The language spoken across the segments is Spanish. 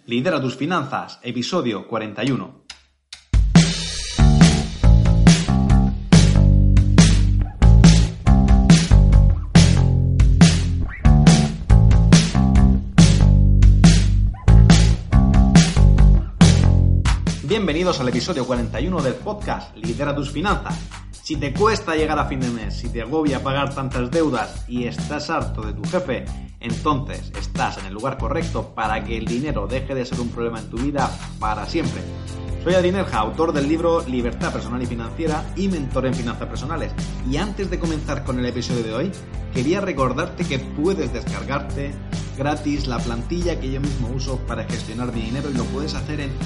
Lidera tus finanzas, episodio 41. Bienvenidos al episodio 41 del podcast Lidera tus finanzas. Si te cuesta llegar a fin de mes, si te agobia pagar tantas deudas y estás harto de tu jefe, entonces estás en el lugar correcto para que el dinero deje de ser un problema en tu vida para siempre. Soy Adrián Nerja, autor del libro Libertad Personal y Financiera y mentor en finanzas personales. Y antes de comenzar con el episodio de hoy, quería recordarte que puedes descargarte gratis la plantilla que yo mismo uso para gestionar mi dinero y lo puedes hacer en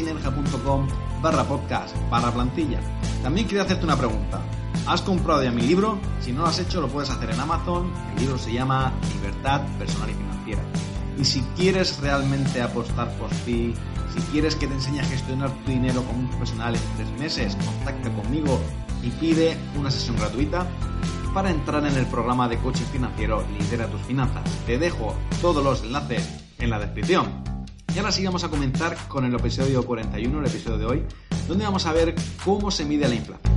adrinerja.com/podcast/plantilla. También quería hacerte una pregunta. ¿Has comprado ya mi libro? Si no lo has hecho, lo puedes hacer en Amazon. El libro se llama Libertad Personal y Financiera. Y si quieres realmente apostar por ti, si quieres que te enseñe a gestionar tu dinero como un profesional en 3 meses, contacta conmigo y pide una sesión gratuita para entrar en el programa de coaching financiero Lidera tus finanzas. Te dejo todos los enlaces en la descripción. Y ahora sí vamos a comenzar con el episodio 41, el episodio de hoy, donde vamos a ver cómo se mide la inflación.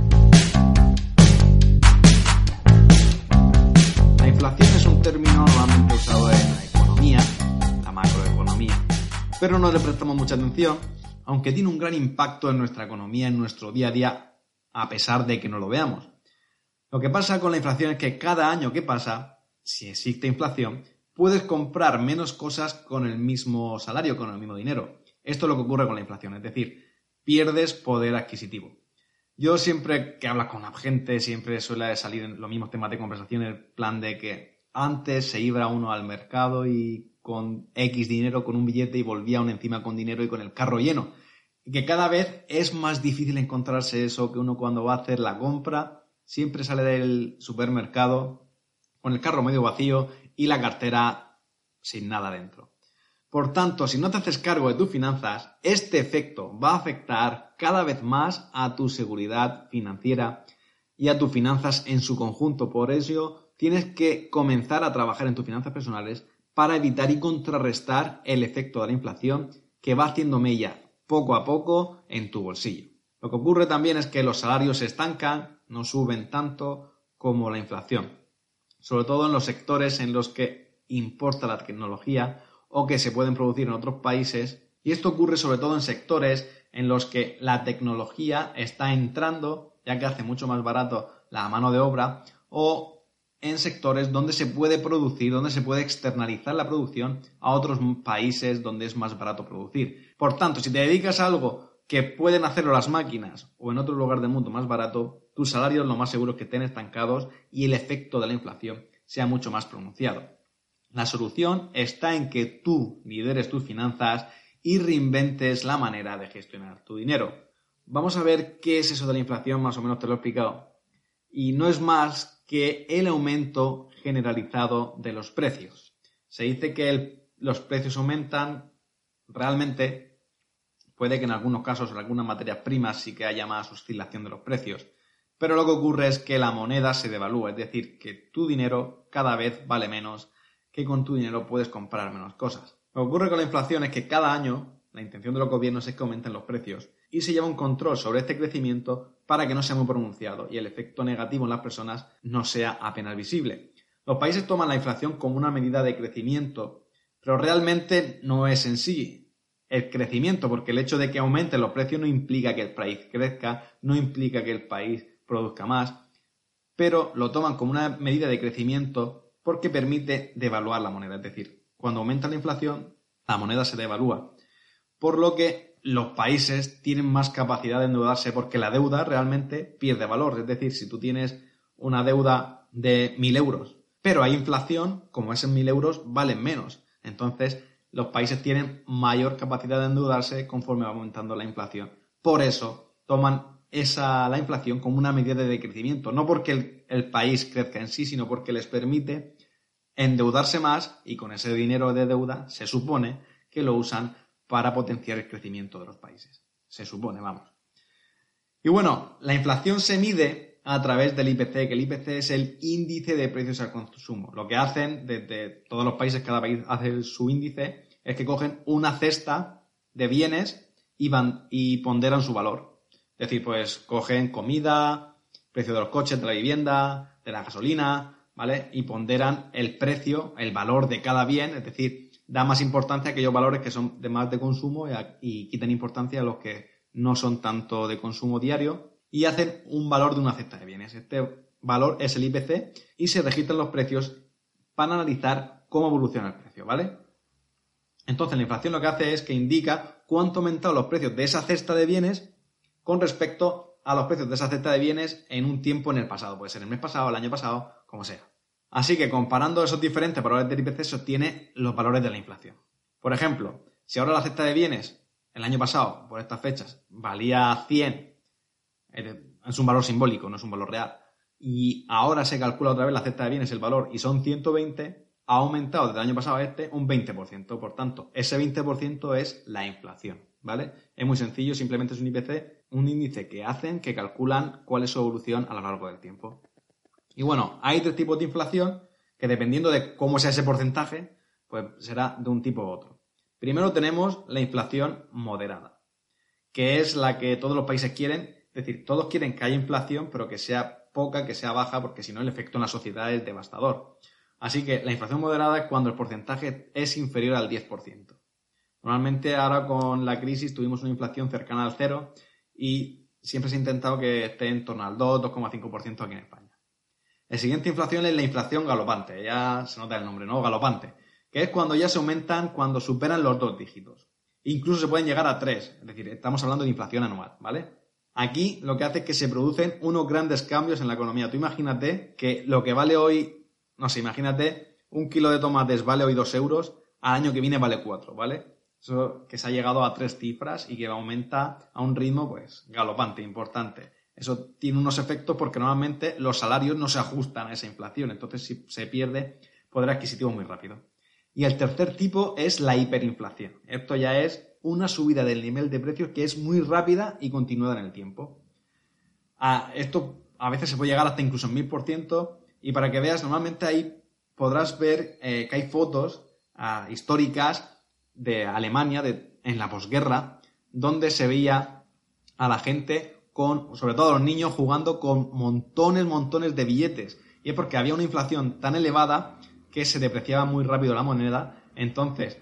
La inflación es un término normalmente usado en la economía, la macroeconomía, pero no le prestamos mucha atención, aunque tiene un gran impacto en nuestra economía, en nuestro día a día, a pesar de que no lo veamos. Lo que pasa con la inflación es que cada año que pasa, si existe inflación, puedes comprar menos cosas con el mismo salario, con el mismo dinero. Esto es lo que ocurre con la inflación, es decir, pierdes poder adquisitivo. Yo siempre que hablas con la gente, siempre suele salir en los mismos temas de conversación, el plan de que antes se iba uno al mercado y con X dinero, con un billete, y volvía uno encima con dinero y con el carro lleno. Y que cada vez es más difícil encontrarse eso, que uno cuando va a hacer la compra siempre sale del supermercado con el carro medio vacío y la cartera sin nada dentro. Por tanto, si no te haces cargo de tus finanzas, este efecto va a afectar cada vez más a tu seguridad financiera y a tus finanzas en su conjunto. Por ello, tienes que comenzar a trabajar en tus finanzas personales para evitar y contrarrestar el efecto de la inflación que va haciendo mella poco a poco en tu bolsillo. Lo que ocurre también es que los salarios se estancan, no suben tanto como la inflación, sobre todo en los sectores en los que importa la tecnología o que se pueden producir en otros países, y esto ocurre sobre todo en sectores en los que la tecnología está entrando, ya que hace mucho más barato la mano de obra, o en sectores donde se puede producir, donde se puede externalizar la producción a otros países donde es más barato producir. Por tanto, si te dedicas a algo que pueden hacerlo las máquinas o en otro lugar del mundo más barato, tus salarios lo más seguro es que estén estancados y el efecto de la inflación sea mucho más pronunciado. La solución está en que tú lideres tus finanzas y reinventes la manera de gestionar tu dinero. Vamos a ver qué es eso de la inflación, más o menos te lo he explicado. Y no es más que el aumento generalizado de los precios. Se dice que los precios aumentan, realmente puede que en algunos casos, en algunas materias primas sí que haya más oscilación de los precios. Pero lo que ocurre es que la moneda se devalúa, es decir, que tu dinero cada vez vale menos, que con tu dinero puedes comprar menos cosas. Lo que ocurre con la inflación es que cada año la intención de los gobiernos es que aumenten los precios y se lleva un control sobre este crecimiento para que no sea muy pronunciado y el efecto negativo en las personas no sea apenas visible. Los países toman la inflación como una medida de crecimiento, pero realmente no es en sí el crecimiento, porque el hecho de que aumenten los precios no implica que el país crezca, no implica que el país produzca más, pero lo toman como una medida de crecimiento porque permite devaluar la moneda. Es decir, cuando aumenta la inflación, la moneda se devalúa. Por lo que los países tienen más capacidad de endeudarse porque la deuda realmente pierde valor. Es decir, si tú tienes una deuda de 1.000 euros, pero hay inflación, como esos 1.000 euros valen menos. Entonces, los países tienen mayor capacidad de endeudarse conforme va aumentando la inflación. Por eso, toman la inflación como una medida de crecimiento, no porque el país crezca en sí, sino porque les permite endeudarse más y con ese dinero de deuda se supone que lo usan para potenciar el crecimiento de los países. Se supone, vamos. Y bueno, la inflación se mide a través del IPC, que el IPC es el índice de precios al consumo. Lo que hacen desde todos los países, cada país hace su índice, es que cogen una cesta de bienes y ponderan su valor. Es decir, pues cogen comida, precio de los coches, de la vivienda, de la gasolina, ¿vale? Y ponderan el precio, el valor de cada bien, es decir, da más importancia a aquellos valores que son de más de consumo y quitan importancia a los que no son tanto de consumo diario y hacen un valor de una cesta de bienes. Este valor es el IPC y se registran los precios para analizar cómo evoluciona el precio, ¿vale? Entonces la inflación lo que hace es que indica cuánto han aumentado los precios de esa cesta de bienes con respecto a los precios de esa cesta de bienes en un tiempo en el pasado. Puede ser el mes pasado, el año pasado, como sea. Así que comparando esos diferentes valores del IPC se obtiene los valores de la inflación. Por ejemplo, si ahora la cesta de bienes el año pasado, por estas fechas, valía 100, es un valor simbólico, no es un valor real, y ahora se calcula otra vez la cesta de bienes, el valor, y son 120, ha aumentado desde el año pasado a un 20%. Por tanto, ese 20% es la inflación, ¿vale? Es muy sencillo, simplemente es un IPC, un índice que calculan cuál es su evolución a lo largo del tiempo. Y bueno, hay 3 tipos de inflación que dependiendo de cómo sea ese porcentaje, pues será de un tipo u otro. Primero tenemos la inflación moderada, que es la que todos los países quieren, es decir, todos quieren que haya inflación, pero que sea poca, que sea baja, porque si no el efecto en la sociedad es devastador. Así que la inflación moderada es cuando el porcentaje es inferior al 10%. Normalmente ahora con la crisis tuvimos una inflación cercana al 0 y siempre se ha intentado que esté en torno al 2,5% aquí en España. La siguiente inflación es la inflación galopante, ya se nota el nombre, ¿no? Galopante, que es cuando ya se aumentan, cuando superan los 2 dígitos. Incluso se pueden llegar a 3, es decir, estamos hablando de inflación anual, ¿vale? Aquí lo que hace es que se producen unos grandes cambios en la economía. Tú imagínate que lo que vale hoy, no sé, imagínate un kilo de tomates vale hoy 2 euros, al año que viene vale 4, ¿vale? Eso que se ha llegado a 3 cifras y que aumenta a un ritmo, pues, galopante, importante. Eso tiene unos efectos porque normalmente los salarios no se ajustan a esa inflación, entonces si se pierde poder adquisitivo muy rápido. Y el tercer tipo es la hiperinflación. Esto ya es una subida del nivel de precios que es muy rápida y continuada en el tiempo. Esto a veces se puede llegar hasta incluso en 1000%, y para que veas, normalmente ahí podrás ver que hay fotos históricas de Alemania en la posguerra, donde se veía a la gente sobre todo a los niños, jugando con montones de billetes. Y es porque había una inflación tan elevada que se depreciaba muy rápido la moneda. Entonces,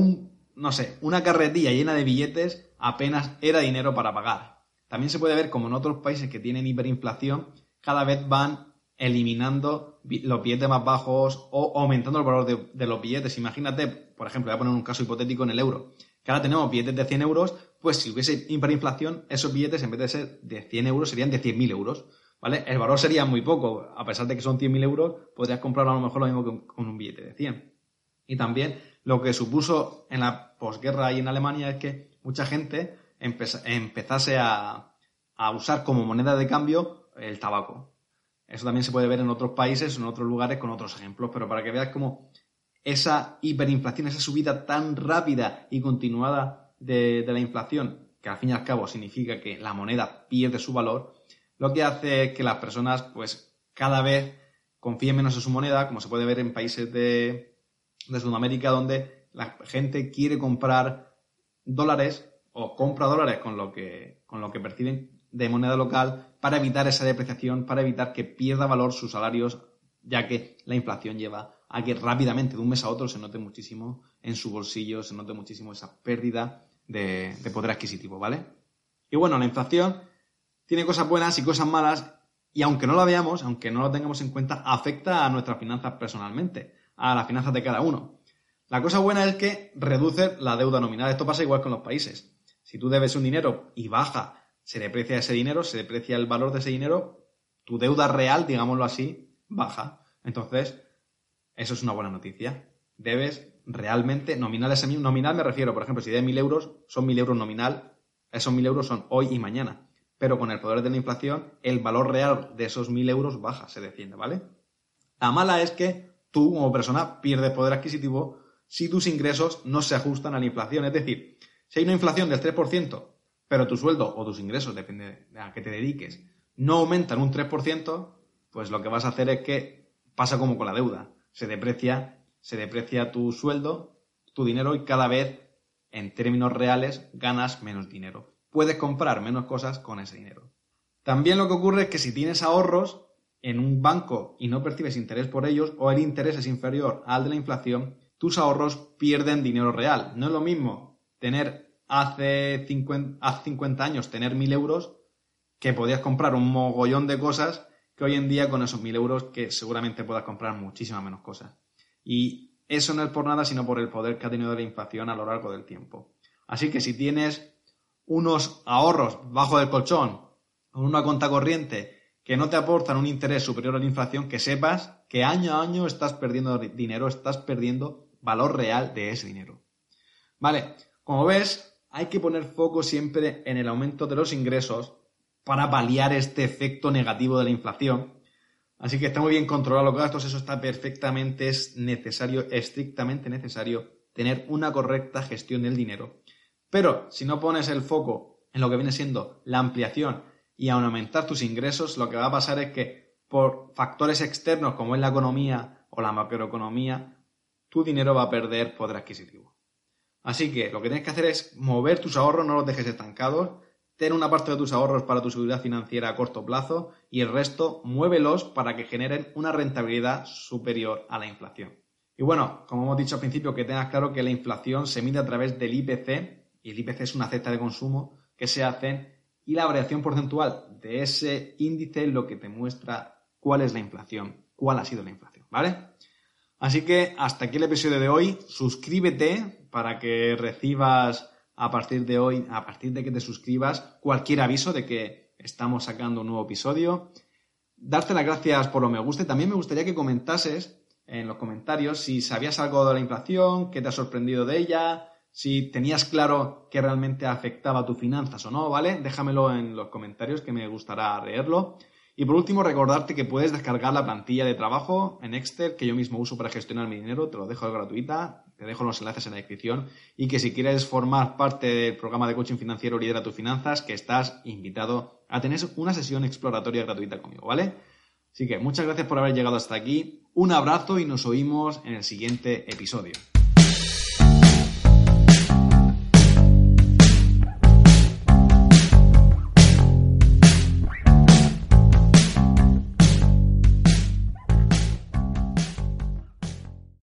una carretilla llena de billetes apenas era dinero para pagar. También se puede ver como en otros países que tienen hiperinflación, cada vez van eliminando los billetes más bajos o aumentando el valor de los billetes. Imagínate, por ejemplo, voy a poner un caso hipotético en el euro, que ahora tenemos billetes de 100 euros, pues si hubiese hiperinflación, esos billetes en vez de ser de 100 euros serían de 100.000 euros, ¿vale? El valor sería muy poco, a pesar de que son 100.000 euros, podrías comprar a lo mejor lo mismo que con un billete de 100. Y también lo que supuso en la posguerra y en Alemania es que mucha gente empezase a usar como moneda de cambio el tabaco. Eso también se puede ver en otros países, en otros lugares, con otros ejemplos, pero para que veas cómo esa hiperinflación, esa subida tan rápida y continuada de la inflación, que al fin y al cabo significa que la moneda pierde su valor, lo que hace es que las personas pues cada vez confíen menos en su moneda, como se puede ver en países de Sudamérica, donde la gente quiere comprar dólares o compra dólares con lo que perciben de moneda local para evitar esa depreciación, para evitar que pierda valor sus salarios, ya que la inflación lleva a que rápidamente, de un mes a otro, se note muchísimo en su bolsillo, se note muchísimo esa pérdida de poder adquisitivo, ¿vale? Y bueno, la inflación tiene cosas buenas y cosas malas, y aunque no la veamos, aunque no lo tengamos en cuenta, afecta a nuestras finanzas personalmente, a las finanzas de cada uno. La cosa buena es que reduce la deuda nominal. Esto pasa igual con los países. Si tú debes un dinero y baja, se deprecia ese dinero, se deprecia el valor de ese dinero, tu deuda real, digámoslo así, baja. Entonces, eso es una buena noticia. Debes realmente, nominal me refiero, por ejemplo, si debes 1.000 euros, son 1.000 euros nominal, esos 1.000 euros son hoy y mañana. Pero con el poder de la inflación, el valor real de esos 1.000 euros baja, se desciende, ¿vale? La mala es que tú, como persona, pierdes poder adquisitivo si tus ingresos no se ajustan a la inflación. Es decir, si hay una inflación del 3%, pero tu sueldo o tus ingresos, depende de a qué te dediques, no aumentan un 3%, pues lo que vas a hacer es que pasa como con la deuda. Se deprecia tu sueldo, tu dinero, y cada vez en términos reales ganas menos dinero. Puedes comprar menos cosas con ese dinero. También lo que ocurre es que si tienes ahorros en un banco y no percibes interés por ellos, o el interés es inferior al de la inflación, tus ahorros pierden dinero real. No es lo mismo tener hace 50 años tener 1.000 euros que podías comprar un mogollón de cosas que hoy en día con esos 1.000 euros que seguramente puedas comprar muchísimas menos cosas. Y eso no es por nada, sino por el poder que ha tenido la inflación a lo largo del tiempo. Así que si tienes unos ahorros bajo del colchón o una cuenta corriente que no te aportan un interés superior a la inflación, que sepas que año a año estás perdiendo dinero, estás perdiendo valor real de ese dinero. Vale, como ves, hay que poner foco siempre en el aumento de los ingresos para paliar este efecto negativo de la inflación. Así que está muy bien controlar los gastos, eso está perfectamente, es necesario, estrictamente necesario, tener una correcta gestión del dinero. Pero si no pones el foco en lo que viene siendo la ampliación y aumentar tus ingresos, lo que va a pasar es que por factores externos como es la economía o la macroeconomía, tu dinero va a perder poder adquisitivo. Así que lo que tienes que hacer es mover tus ahorros, no los dejes estancados. Ten una parte de tus ahorros para tu seguridad financiera a corto plazo y el resto muévelos para que generen una rentabilidad superior a la inflación. Y bueno, como hemos dicho al principio, que tengas claro que la inflación se mide a través del IPC, y el IPC es una cesta de consumo que se hacen, y la variación porcentual de ese índice es lo que te muestra cuál es la inflación, cuál ha sido la inflación, ¿vale? Así que hasta aquí el episodio de hoy. Suscríbete para que recibas a partir de hoy, a partir de que te suscribas, cualquier aviso de que estamos sacando un nuevo episodio. Darte las gracias por los me gusta. También me gustaría que comentases en los comentarios si sabías algo de la inflación, qué te ha sorprendido de ella, si tenías claro que realmente afectaba a tus finanzas o no, ¿vale? Déjamelo en los comentarios que me gustará leerlo. Y por último, recordarte que puedes descargar la plantilla de trabajo en Excel que yo mismo uso para gestionar mi dinero, te lo dejo gratuita, te dejo los enlaces en la descripción, y que si quieres formar parte del programa de coaching financiero Lidera tus finanzas, que estás invitado a tener una sesión exploratoria gratuita conmigo, ¿vale? Así que muchas gracias por haber llegado hasta aquí, un abrazo y nos oímos en el siguiente episodio.